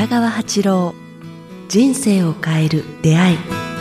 北川八郎、人生を変える出会い。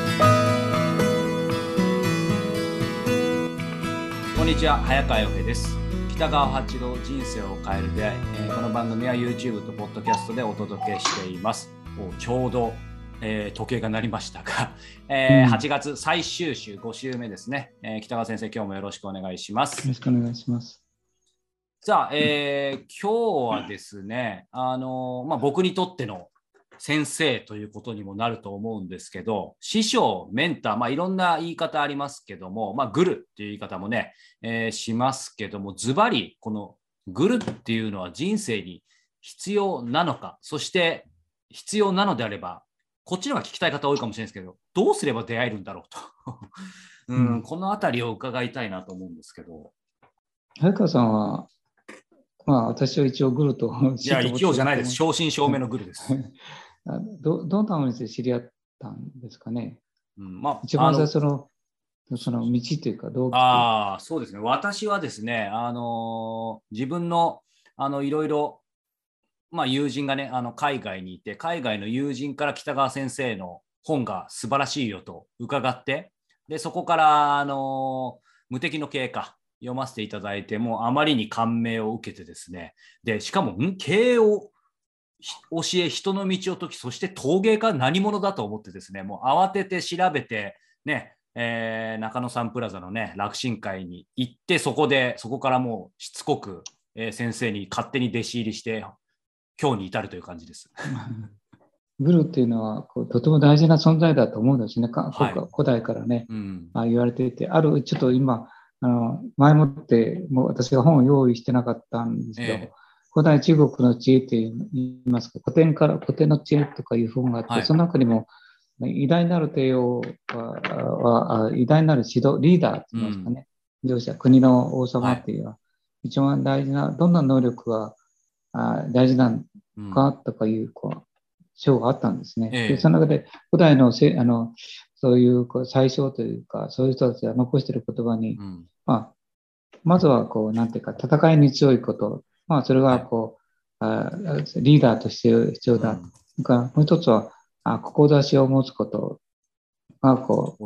こんにちは、早川洋平です。北川八郎、人生を変える出会い、この番組は YouTube と Podcast でお届けしています。ちょうど、時計が鳴りましたが、8月最終週5週目ですね。北川先生、今日もよろしくお願いします。 よろしくお願いします。 さあ、今日はですね、僕にとっての先生ということにもなると思うんですけど、師匠、メンター、いろんな言い方ありますけども、グルっていう言い方もね、しますけども、ズバリこのグルっていうのは人生に必要なのか、そして必要なのであれば、こっちの方が聞きたい方多いかもしれないですけど、どうすれば出会えるんだろうと、このあたりを伺いたいなと思うんですけど。 早川さんは、私は一応グルといや、一応じゃないです。正真正銘のグルです。 どんなふうに知り合ったんですかね。一番最初のその道というか動機。 そうですね。私はですね、自分のいろいろ、友人がね、海外にいて、海外の友人から北川先生の本が素晴らしいよと伺って、でそこから無敵の経営か読ませていただいて、もうあまりに感銘を受けてですね、でしかも経営を教え、人の道を説き、そして陶芸家何者だと思ってですね、もう慌てて調べてね、中野サンプラザのね楽神会に行って、そこからもうしつこく、先生に勝手に弟子入りして今日に至るという感じです。 グルっていうのはとても大事な存在だと思うんですね。古代からね、言われていて、ちょっと今前もってもう私が本を用意してなかったんですけど、古代中国の知恵って言いますか、古典の知恵とかいう本があって、その中にも偉大なる帝王は偉大なる指導リーダーって言いますかね、指導者、国の王様っていうのは、一番大事などんな能力が大事なのかとかいう章があったんですね。でその中で古代のそういう最小というか、そういう人たちが残している言葉に、まずはなんていうか戦いに強いこと、それがリーダーとして必要だ。もう一つは志を持つことが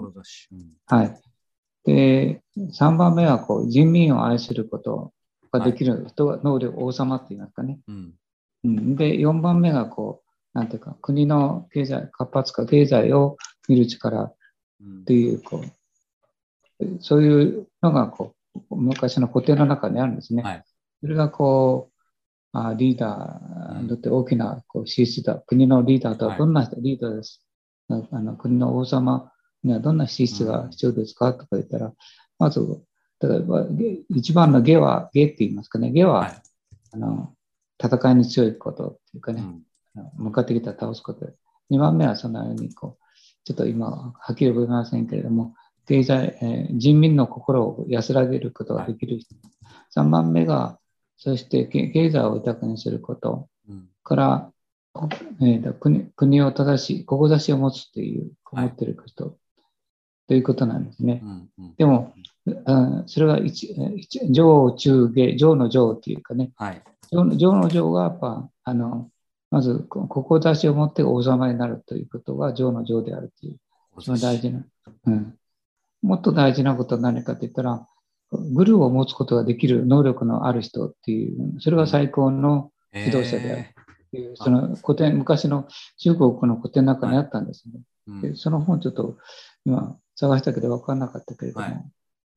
で3番目は人民を愛することができる人が能力、王様って言いますかね。で4番目がなんていうか国の経済活発化、経済を見る力っていうそういうのが昔の古典の中にあるんですね。それがリーダーにとって大きな資質だ。国のリーダーとはどんなリーダーです。国の王様にはどんな資質が必要ですかとか言ったら、まず、例えば一番の下って言いますかね。下は、戦いに強いことっていうかね、向かってきたら倒すこと。2番目はそのようにちょっと今はっきり覚えませんけれども、経済、人民の心を安らげることができる人。3番目が、そして経済を豊かにすることから、国を正しい、志を持つという、持っている人ということなんですね。でも、それが上、中、下、上の上というかね、上の上がやっぱ、まず、志を持って王様になるということが上の上であるという、一番大事な。もっと大事なことは何かといったら、グルを持つことができる能力のある人っていう、それが最高の指導者であるっていう、その昔の中国の古典の中にあったんですね。でその本ちょっと今探したけど分からなかったけれども、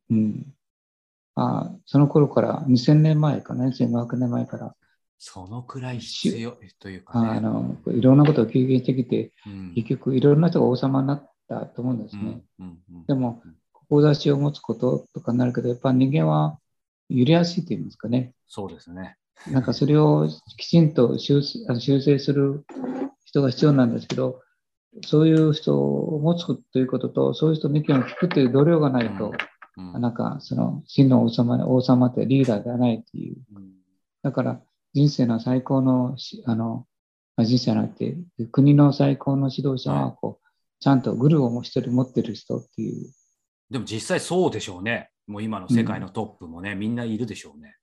その頃から2000年前かな、2500年前から、 そのくらい必要というか、 いろんなことを経験してきて、結局いろんな人が王様になったと思うんですね。でも、志を持つこととかになるけど、やっぱり人間は揺れやすいというんですかね。 そうですね。 なんかそれをきちんと修正する人が必要なんですけど、そういう人を持つということと、そういう人の意見を聞くという度量がないと、なんかその真の王様ってリーダーではないっていう。だから人生の最高の人生じゃなくて、国の最高の指導者はちゃんとグルを一人持ってる人っていう。 でも実際そうでしょうね。もう今の世界のトップもね、みんないるでしょうね。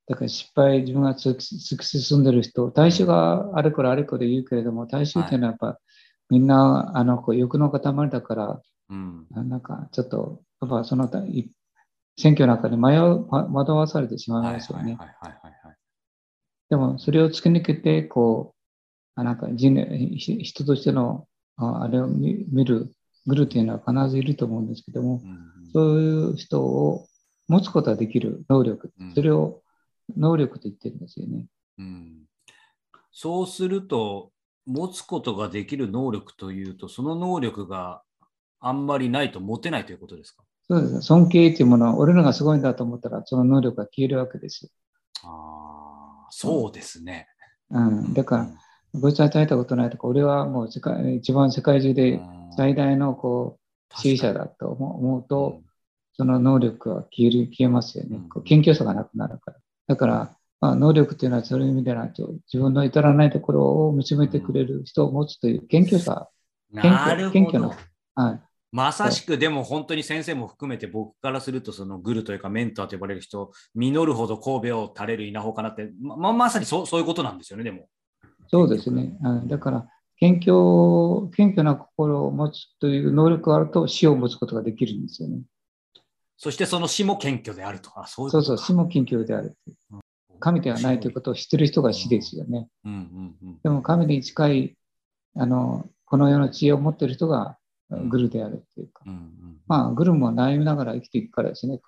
だから自分が突き進んでる人、大衆があれこれあれこれ言うけれども、大衆っていうのはやっぱ、みんな欲の塊だから、なんかちょっと、やっぱその選挙の中で惑わされてしまいますよね。でも、それを突き抜けて、なんか人としてのあれを見るグルっていうのは必ずいると思うんですけども、そういう人を持つことができる能力、それを能力と言ってるんですよね。 そうすると、持つことができる能力というと、その能力があんまりないと持てないということですか？ そうです。尊敬というものは、俺のがすごいんだと思ったら、その能力が消えるわけですよ。 そうですね。 だから、こいつは与えたことないとか、俺はもう一番世界中で最大の支持者だと思うと、その能力は消えますよね。謙虚さがなくなるから。だから、能力というのはそういう意味でないと、自分の至らないところを見めてくれる人を持つという謙虚さ。 なるほど。 はい。 まさしく、でも本当に先生も含めて僕からすると、そのグルというかメンターと呼ばれる人、実るほど神戸を垂れる稲穂かなって、まさにそういうことなんですよね、でも。 そうですね。だから、謙虚な心を持つという能力があると死を持つことができるんですよね。 そしてその死も謙虚であると。 そう、死も謙虚である。神ではないということを知っている人が死ですよね。でも神に近いこの世の知恵を持っている人がグルであるというか、グルも悩みながら生きていくからですね。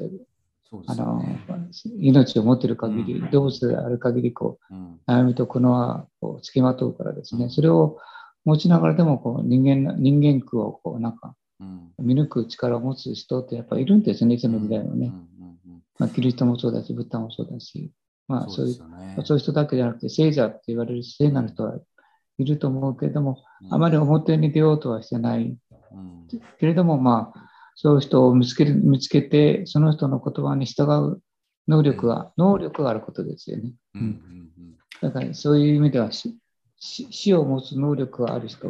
命を持っている限り、動物である限り悩みと苦悩はつきまとうからですね。それを持ちながらでも人間苦をなんか見抜く力を持つ人ってやっぱりいるんですね、いつの時代もね。キリストもそうだし、ブッダもそうだし、そういう人だけじゃなくて、聖者って言われる聖なる人はいると思うけれども、あまり表に出ようとはしてないけれども、そういう人を見つけて、その人の言葉に従う能力があることですよね。だからそういう意味では死を持つ能力がある人、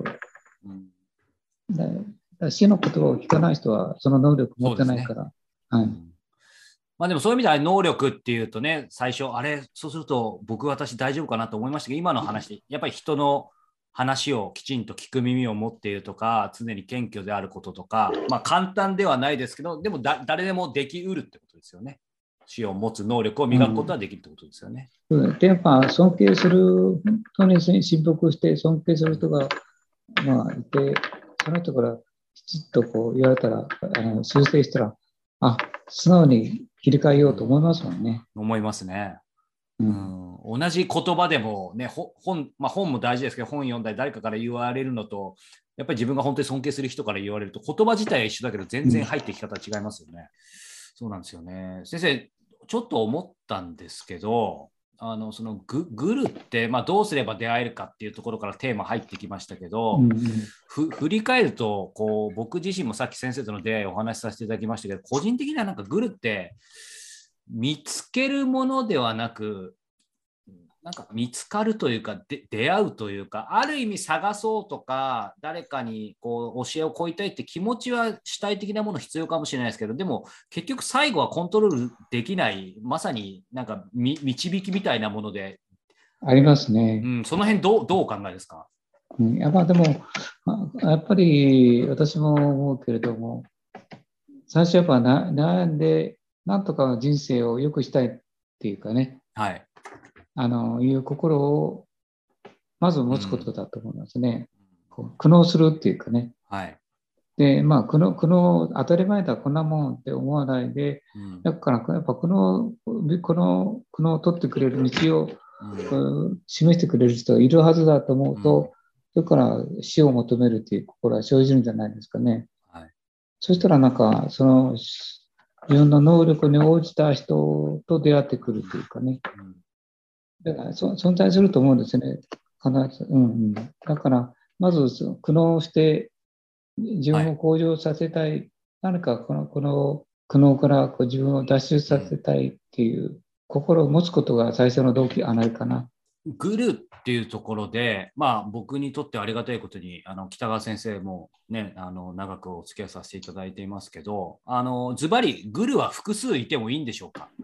死の言葉を聞かない人はその能力を持ってないから。 でもそういう意味では能力っていうとね、最初そうすると私大丈夫かなと思いましたけど、今の話でやっぱり人の話をきちんと聞く耳を持っているとか、常に謙虚であることとか、簡単ではないですけど、でも誰でもできうるってことですよね。死を持つ能力を磨くことはできるってことですよね。 で、尊敬する、本当に信服して尊敬する人が、いて、その人からきちっと言われたら、修正したら、素直に切り替えようと思いますもんね。 思いますね。同じ言葉でもね、本も大事ですけど、本読んだり誰かから言われるのと、やっぱり自分が本当に尊敬する人から言われると、言葉自体は一緒だけど全然入ってき方違いますよね。そうなんですよね。先生、ちょっと思ったんですけど、そのグルって、どうすれば出会えるかっていうところからテーマ入ってきましたけど、振り返ると僕自身もさっき先生との出会いをお話しさせていただきましたけど、個人的にはなんかグルって見つけるものではなく、なんか見つかるというか出会うというか、ある意味探そうとか誰かに教えを請いたいって気持ちは主体的なもの必要かもしれないですけど、でも結局最後はコントロールできない、まさになんか導きみたいなものでありますね。 その辺どうお考えですか？ でもやっぱり私も思うけれども、最初やっぱ悩んでなんとか人生を良くしたいっていうかね、いう心をまず持つことだと思いますね。苦悩するっていうかね。で、苦悩当たり前だ、こんなもんって思わないで、だからやっぱ苦悩を取ってくれる道を、示してくれる人がいるはずだと思うと、それから死を求めるっていう心は生じるんじゃないですかね。そしたらなんかその自分の能力に応じた人と出会ってくるというかね。だから存在すると思うんですね。必ず。だからまず苦悩して自分を向上させたい、何かこの苦悩から自分を脱出させたいっていう心を持つことが最初の動機ないかな。 グルっていうところで、僕にとってありがたいことに北川先生も、ね、長くお付き合いさせていただいていますけど、ズバリグルは複数いてもいいんでしょうか？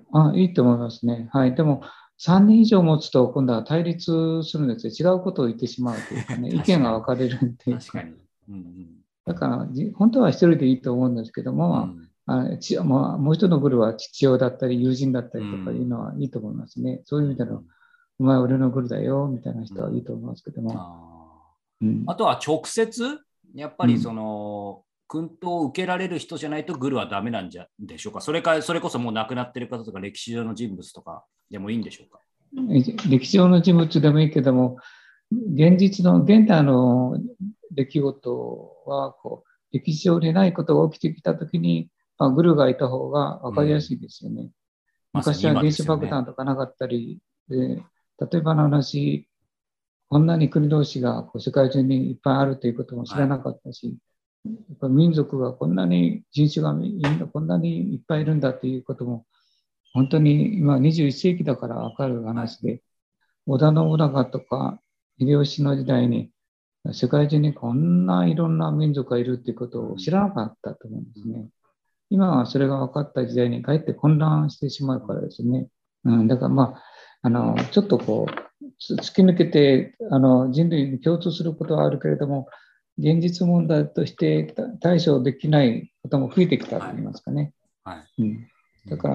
いいと思いますね。はい。でも、3人以上持つと、今度は対立するんですよ。違うことを言ってしまうというかね、意見が分かれるっていうか。 確かに。うんうん、 だから、本当は一人でいいと思うんですけども、もう一人のグルーは父親だったり、友人だったりとかいうのはいいと思いますね。そういう意味での、お前は俺のグルーだよ、みたいな人はいいと思いますけども。 あとは直接、やっぱりその、薫陶を受けられる人じゃないとグルはダメなんじゃでしょうか。それこそもう亡くなってる方とか歴史上の人物とかでもいいんでしょうか。 歴史上の人物でもいいけども、現代の出来事は歴史上でないことが起きてきたときに、グルがいた方が分かりやすいですよね。昔は原子爆弾とかなかったり、例えばの話、こんなに国同士が世界中にいっぱいあるということも知らなかったし、やっぱ民族がこんなに、人種がこんなにいっぱいいるんだということも、本当に今21世紀だから分かる話で、織田信長とか秀吉の時代に世界中にこんないろんな民族がいるっていうことを知らなかったと思うんですね。今はそれが分かった時代にかえって混乱してしまうからですね。だからちょっと突き抜けて人類に共通することはあるけれども、現実問題として対処できないことも増えてきたといいますかね。だから、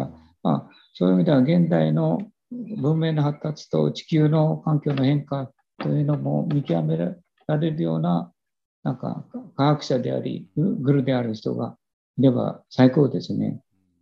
そういう意味では現代の文明の発達と地球の環境の変化というのも見極められるような、科学者であり、グルである人がいれば最高ですね。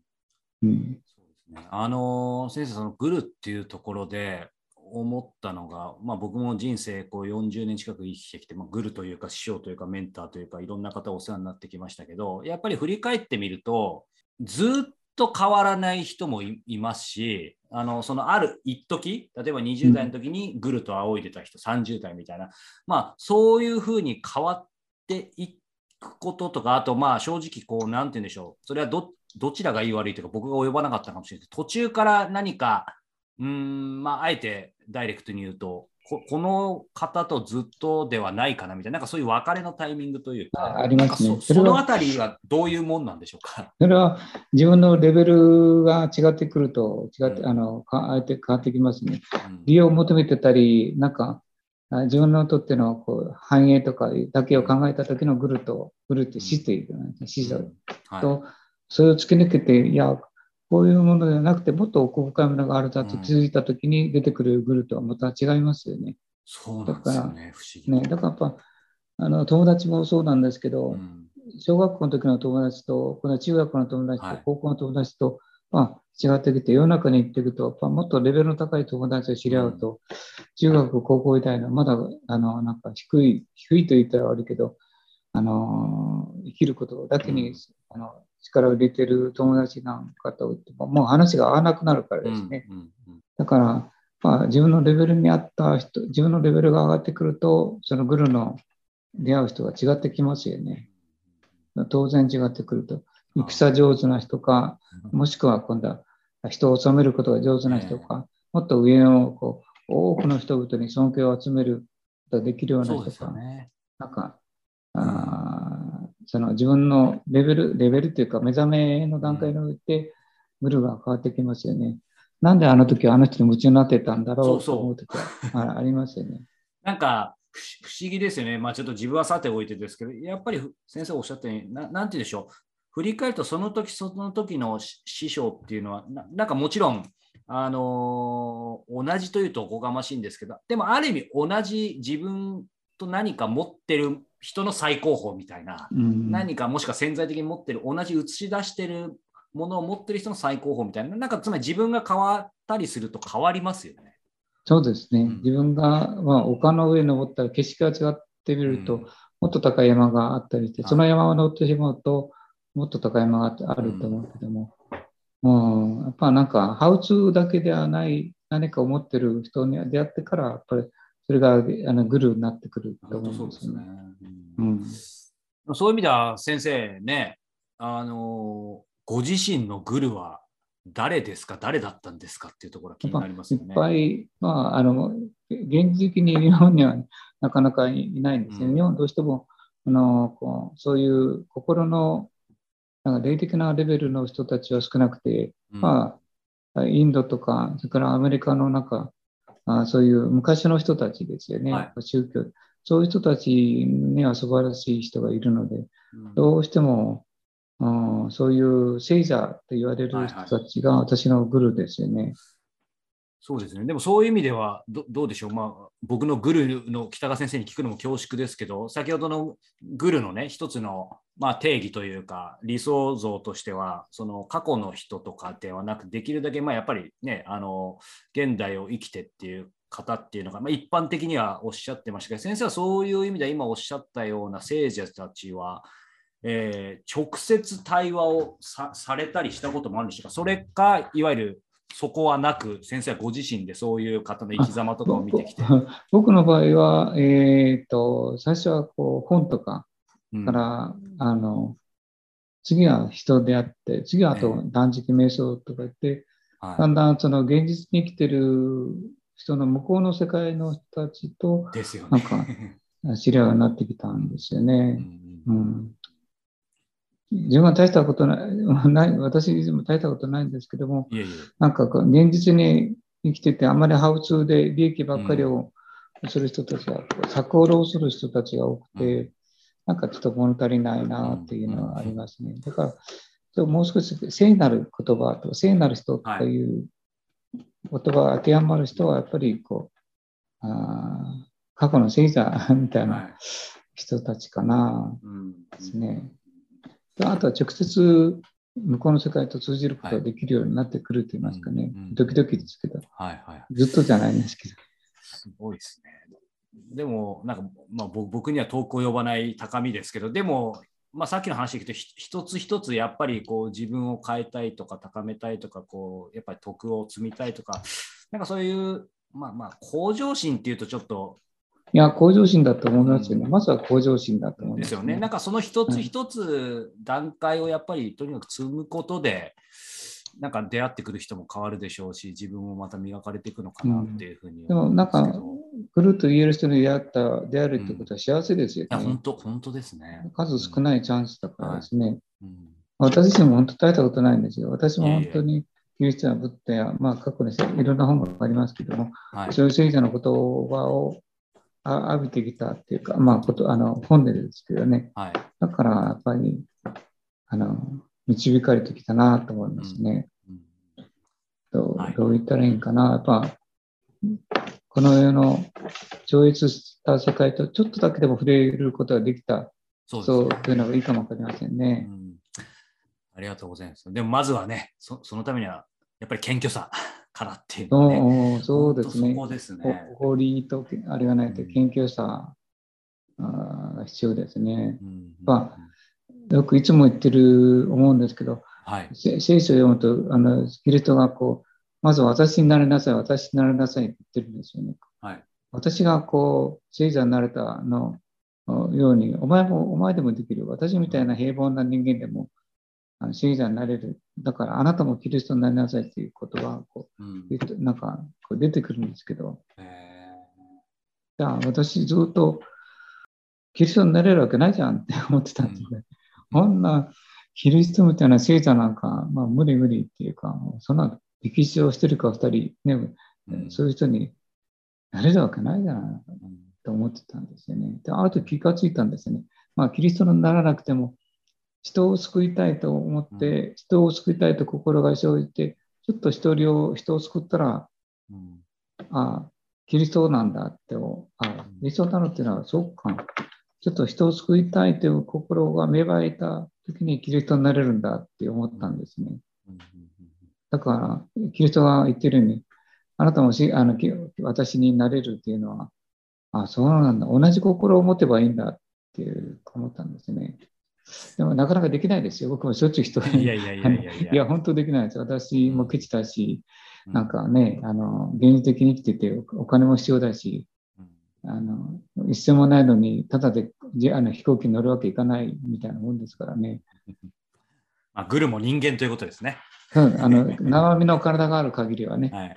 先生、そのグルっていうところで思ったのが、僕も人生40年近く生きてきて、グルというか師匠というかメンターというかいろんな方お世話になってきましたけど、やっぱり振り返ってみるとずっと変わらない人も いますし、そのある一時、例えば20代の時にグルと仰いでた人、30代みたいな、そういうふうに変わっていくこととか、あと正直なんて言うんでしょう、それはどちらがいい悪いというか僕が及ばなかったかもしれない。途中から何かあえてダイレクトに言うとこの方とずっとではないかなみたいな、そういう別れのタイミングというか、 ありますね。 そのあたりはどういうもんなんでしょうか。 それは自分のレベルが違ってくるとあえて変わってきますね。利用を求めてたり、自分のとっての繁栄とかだけを考えた時のグルって死という死と、それを突き抜けて、いや、こういうものではなくて、もっと奥深いものがあるだと気づいたときに出てくるグルとはまた違いますよね。 そうなんですよね、不思議。 だからやっぱ、友達もそうなんですけど、小学校の時の友達と、この中学の友達と、高校の友達と、違ってきて、世の中に行っていくと、もっとレベルの高い友達を知り合うと、中学、高校時代のまだ低いと言ったら悪いけど、生きることだけに、力を入れてる友達なんかともう話が合わなくなるからですね。だから、自分のレベルに合った人、自分のレベルが上がってくると、そのグルの出会う人が違ってきますよね。当然違ってくると。戦上手な人か、もしくは今度は人を治めることが上手な人か、もっと上を多くの人々に尊敬を集めることができるような人か、その自分のレベルというか目覚めの段階においてグルが変わってきますよね。なんであの時あの人に夢中になってたんだろうと思う時はありますよね。 不思議ですよね。ちょっと自分はさておいてですけど、やっぱり先生おっしゃったように、なんて言うんでしょう。振り返るとその時の師匠っていうのは、もちろん、同じというとおこがましいんですけど、でもある意味同じ自分と何か持ってる人の最高峰みたいな、何かもしくは潜在的に持ってる、同じ映し出してるものを持ってる人の最高峰みたいな、つまり自分が変わったりすると変わりますよね。 そうですね。自分が、丘の上に登ったら景色が違ってみると、もっと高い山があったりして、その山を登ってしまうと、もっと高い山があると思うけども、やっぱハウツーだけではない何かを持ってる人に出会ってから、やっぱりそれがグルになってくると思うんですよね。 そういう意味では先生ね、ご自身のグルは誰ですか、誰だったんですかっていうところが気になりますよね。 いっぱい、現実的に日本にはなかなかいないんですね。日本どうしてもそういう心の霊的なレベルの人たちは少なくて、 インドとか、それからアメリカのそういう昔の人たちですよね、宗教。そういう人たちには素晴らしい人がいるので、どうしても、そういう聖者と言われる人たちが私のグルですよね。 そうですね。でもそういう意味ではどうでしょう。僕のグルの北川先生に聞くのも恐縮ですけど、先ほどのグルのね、一つの、定義というか、理想像としては、その過去の人とかではなく、できるだけ、やっぱりね、現代を生きてっていう方っていうのが、一般的にはおっしゃってましたけど、先生はそういう意味では今おっしゃったような聖者たちは、直接対話をされたりしたこともあるんでしょうか。それか、いわゆるそこはなく、先生はご自身でそういう方の生き様とかを見てきて。 僕の場合は、最初は本とかから、次は人であって、次はあと断食瞑想とか言って、だんだんその現実に生きてる人の向こうの世界の人たちと、知り合うようになってきたんですよね。自分は大したことない、私自身も大したことないんですけども、現実に生きてて、あまりハウツーで利益ばっかりをする人たちが、作を浪する人たちが多くて、ちょっと物足りないなっていうのはありますね。だから、もう少し聖なる言葉と聖なる人という言葉が当てはまる人は、やっぱり過去の聖者みたいな人たちかなですね。あとは直接向こうの世界と通じることができるようになってくると言いますかね。ドキドキですけど。ずっとじゃないんですけど。 すごいですね。でも、僕には遠く及ばない高みですけど、でも、さっきの話でいくと、一つ一つやっぱり自分を変えたいとか、高めたいとか、やっぱり徳を積みたいとか、そういう、向上心っていうとちょっと、 いや、向上心だと思いますよね。まずは向上心だと思います、 ですよね。その一つ一つ段階をやっぱりとにかく積むことで、出会ってくる人も変わるでしょうし、自分もまた磨かれていくのかなっていうふうに思うんですけど。でも来ると言える人に出会えるってことは幸せですよね。 本当ですね。 数少ないチャンスだからですね。私自身も本当大したことないんですよ。私も本当にキリストやブッダや、過去にいろんな本がありますけども、そういう聖者の言葉を浴びてきたっていうか、本でですけどね。だからやっぱり導かれてきたなと思いますね。どう言ったらいいんかな。やっぱこの世の超越した世界とちょっとだけでも触れることができた人というのがいいかもわかりませんね。 ありがとうございます。でもまずはね、そのためにはやっぱり謙虚さからっていうのはね。 そうですね。 そこですね。 誇りとあれがないと謙虚さが必要ですね。よくいつも言って思うんですけど、聖書を読むとキリストがまず私になりなさい、私になりなさいって言ってるんですよね。私が聖者になれたのように、お前でもできる。私みたいな平凡な人間でも聖者になれる。だからあなたもキリストになりなさいっていう言葉が出てくるんですけど、じゃあ私ずっとキリストになれるわけないじゃんって思ってたんですね。こんなキリストみたいな聖者なんか、無理っていうか、そんな歴史をしてるか2人、ね、そういう人になれるわけないじゃないと思ってたんですよね。で、ある時気がついたんですよね。キリストにならなくても、人を救いたいと思って、人を救いたいと志が生じて、ちょっと人を救ったら、キリストなんだって、キリストなのっていうのは、そうか。ちょっと人を救いたいという心が芽生えた時にキリストになれるんだって思ったんですね。だから、キリストが言ってるように、あなたも私になれるっていうのは、そうなんだ。同じ心を持てばいいんだって思ったんですね。でもなかなかできないですよ。僕もしょっちゅう人に。いや、本当できないです。私もケチだし、現実的に生きててお金も必要だし、一銭もないのに、ただで飛行機に乗るわけいかないみたいなもんですからね。 グルも人間ということですね。 生身の体がある限りはね。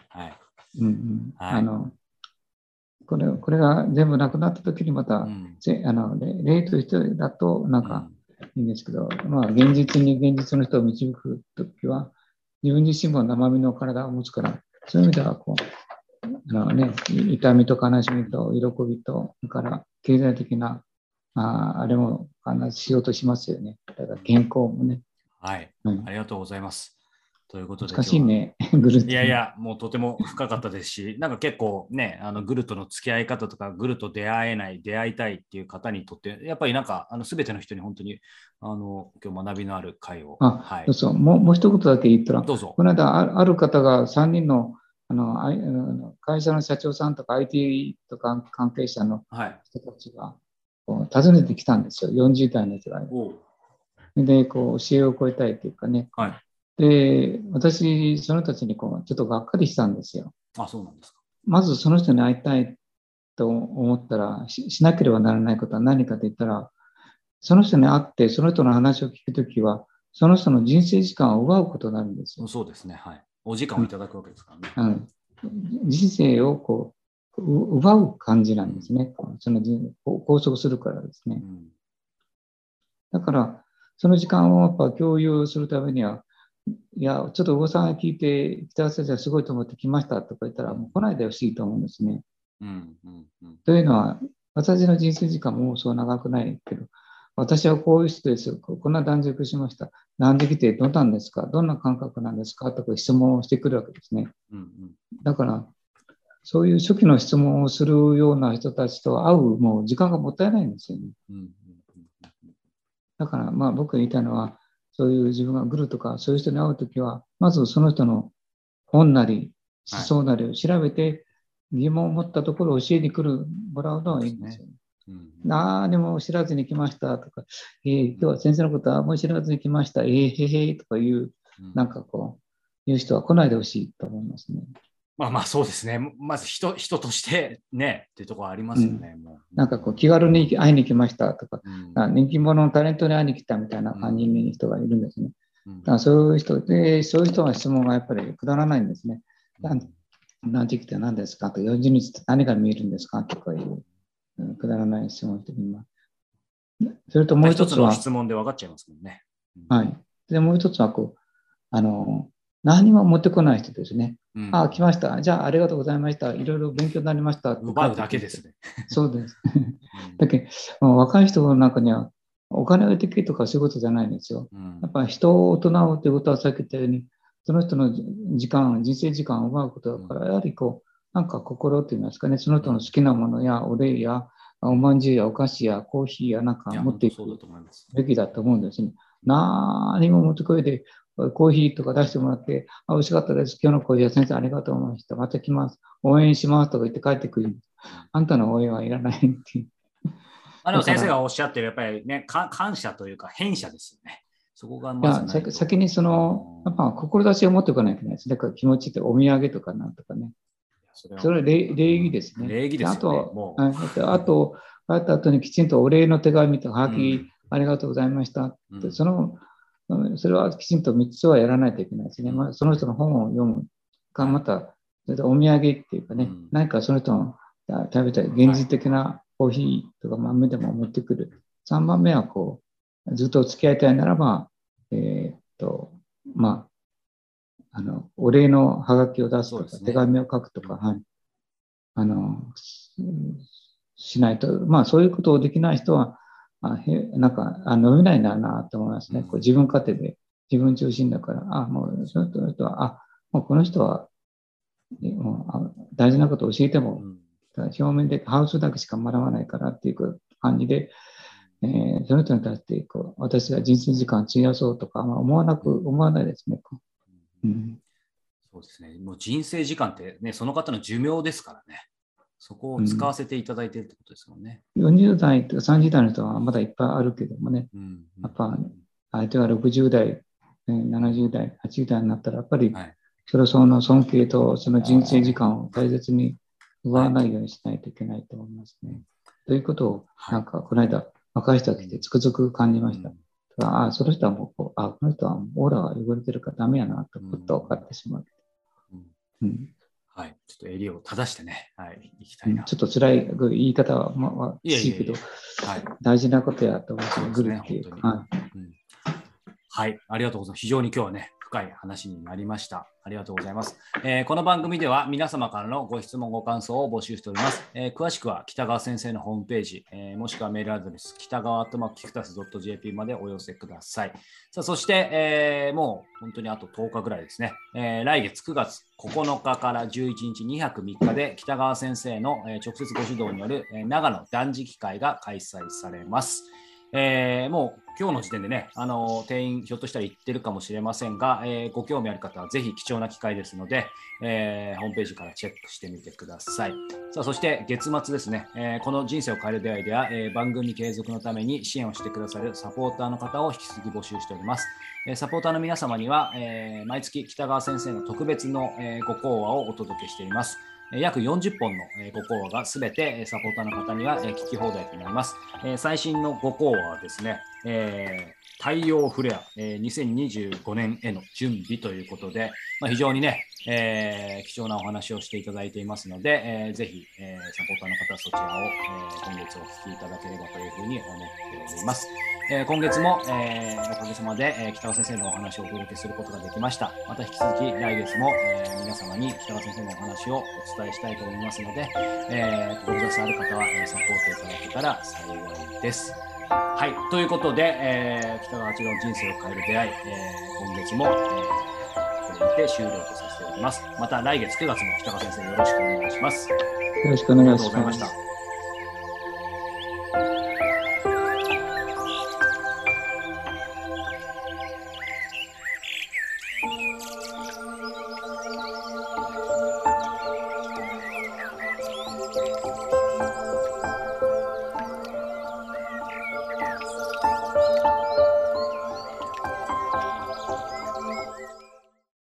これが全部なくなった時にまた、霊としてだといいんですけど、現実の人を導く時は、 自分自身も生身の体を持つから、そういう意味ではこう、痛みと悲しみと喜びと、それから経済的な、あれも必ずしようとしますよね。だから健康もね。 はい、ありがとうございます。ということで難しいね、グルト。 いやいや、もうとても深かったですし、なんか結構ね、グルとの付き合い方とか、グルと出会えない、出会いたいっていう方にとって、やっぱりなんか、すべての人に本当に、今日学びのある会を。 はい、そうもう一言だけ言ったら、 どうぞ。 この間ある方が3人の会社の社長さんとか IT とか関係者の人たちが訪ねてきたんですよ、40代の人が。で、こう教えを超えたいというかね。 はい、 で、私、その人たちにこうちょっとがっかりしたんですよ。 あ、そうなんですか。 まずその人に会いたいと思ったらしなければならないことは何かと言ったら、その人に会って、その人の話を聞くときは、その人の人生時間を奪うことになるんですよ。 そうですね。はい。お時間をいただくわけですからね。 人生をこう奪う感じなんですね。その拘束するからですね。だから、その時間をやっぱ共有するためには、いや、ちょっとお子さんが聞いて、北川先生すごいと思って来ましたとか言ったら、もう来ないでほしいと思うんですね。というのは、私の人生時間もそう長くないけど、私はこういう人です。こんな断食しました。断食ってどんなんですか？どんな感覚なんですか？とか質問をしてくるわけですね。だから、そういう初期の質問をするような人たちと会うもう時間がもったいないんですよね。だから、まあ僕が言いたいのは、そういう自分がグルとかそういう人に会うときは、まずその人の本なり思想なりを調べて、疑問を持ったところを教えに来るもらうのはいいんですよね。何も知らずに来ましたとか、今日は先生のことはもう知らずに来ました、へへとかいう、なんかこう、いう人は来ないでほしいと思いますね。 まあそうですね。まず人としてね、っていうところありますよね。 なんかこう気軽に会いに来ましたとか、人気者のタレントに会いに来たみたいな感じの人がいるんですね。だからそういう人で、そういう人の質問がやっぱりくだらないんですね。何時期って何ですかと、40日って何が見えるんですかとかいう、くだらない質問をしてみます。それともう一つは、 一つの質問で分かっちゃいますもんね。 はい。で、もう一つはこう、何も持ってこない人ですね。あ、来ました。じゃあ、ありがとうございました。いろいろ勉強になりました。 奪うだけですね。 そうです。だけど、若い人なんかには、お金を得てきとかそういうことじゃないんですよ。やっぱり人を大人をということはさっき言ったように、その人の時間、人生時間を奪うことだから、やはりこう、なんか心といいますかね、その人の好きなものやお礼やおまんじゅうやお菓子やコーヒーやなんか持っていくべきだと思うんですね。何も持ってこいで、コーヒーとか出してもらって、美味しかったです。今日のコーヒーは先生ありがとうございました。また来ます。応援しますとか言って帰ってくる。あんたの応援はいらないっていう。 でも先生がおっしゃってる、やっぱりね、感謝というか、返謝ですよね。そこがまずないと。先にやっぱ志を持っておかないといけないです。だから気持ちってお土産とかなんとかね。それは礼儀ですね。 礼儀ですよね。あと、帰った後にきちんとお礼の手紙とはがき、ありがとうございましたって、それはきちんと3つはやらないといけないですね。その人の本を読むか、また、それでお土産っていうかね、何かその人の食べたい現実的なコーヒーとか豆でも持ってくる。3番目はこう、ずっと付き合いたいならば、お礼のハガキを出すとか、手紙を書くとか、はい。しないと、そういうことをできない人は、なんか、伸びないんだなと思いますね。こう自分勝手で、自分中心だから、もう、その人は、もうこの人は、大事なことを教えても、表面でハウスだけしか学ばないからっていう感じで、その人に対してこう私が人生時間を費やそうとか、思わないですね。 そうですね。もう人生時間ってね、その方の寿命ですからね。そこを使わせていただいているってことですもんね。 40代とか30代の人はまだいっぱいあるけどもね、やっぱ相手が60代、70代、80代になったら、やっぱりその尊敬とその人生時間を大切に奪わないようにしないといけないと思いますね。ということを、なんかこの間、若い人が来てつくづく感じました。その人はもうこの人はオーラが汚れてるからダメやなと、ふっと分かってしまう。 はい。ちょっと襟を正してね、はい、いきたいな。 ちょっと辛い言い方はきついけど、大事なことやと思って、グルっていう。 はい。ありがとうございます。非常に今日はね、深深い話になりました。ありがとうございます。この番組では皆様からのご質問ご感想を募集しております。詳しくは北川先生のホームページ、もしくはメールアドレス北川キクタス .jp までお寄せください。さあそして、もう本当にあと10日ぐらいですね。来月9月9日から11日2泊3日で北川先生の、直接ご指導による、長野断食会が開催されます。もう今日の時点でね、定員ひょっとしたら行ってるかもしれませんが、ご興味ある方はぜひ貴重な機会ですので、ホームページからチェックしてみてください。さあそして月末ですね、この人生を変える出会いでは、番組継続のために支援をしてくださるサポーターの方を引き続き募集しております。サポーターの皆様には、毎月北川先生の特別の、ご講話をお届けしています。約40本のご講話がすべてサポーターの方には聞き放題となります。最新のご講話はですね、太陽フレア2025年への準備ということで、非常にね、貴重なお話をしていただいていますので、ぜひ、サポーターの方はそちらを、今月お聞きいただければというふうに思っております。今月も、おかげさまで、北川先生のお話をお届けすることができました。また引き続き来月も、皆様に北川先生のお話をお伝えしたいと思いますので、志ある方は、サポートいただけたら幸いです。はい、ということで、北川八郎の人生を変える出会い、今月も、これにて終了とさせております。また来月9月も北川先生よろしくお願いします。 よろしくお願いします。 ありがとうございました。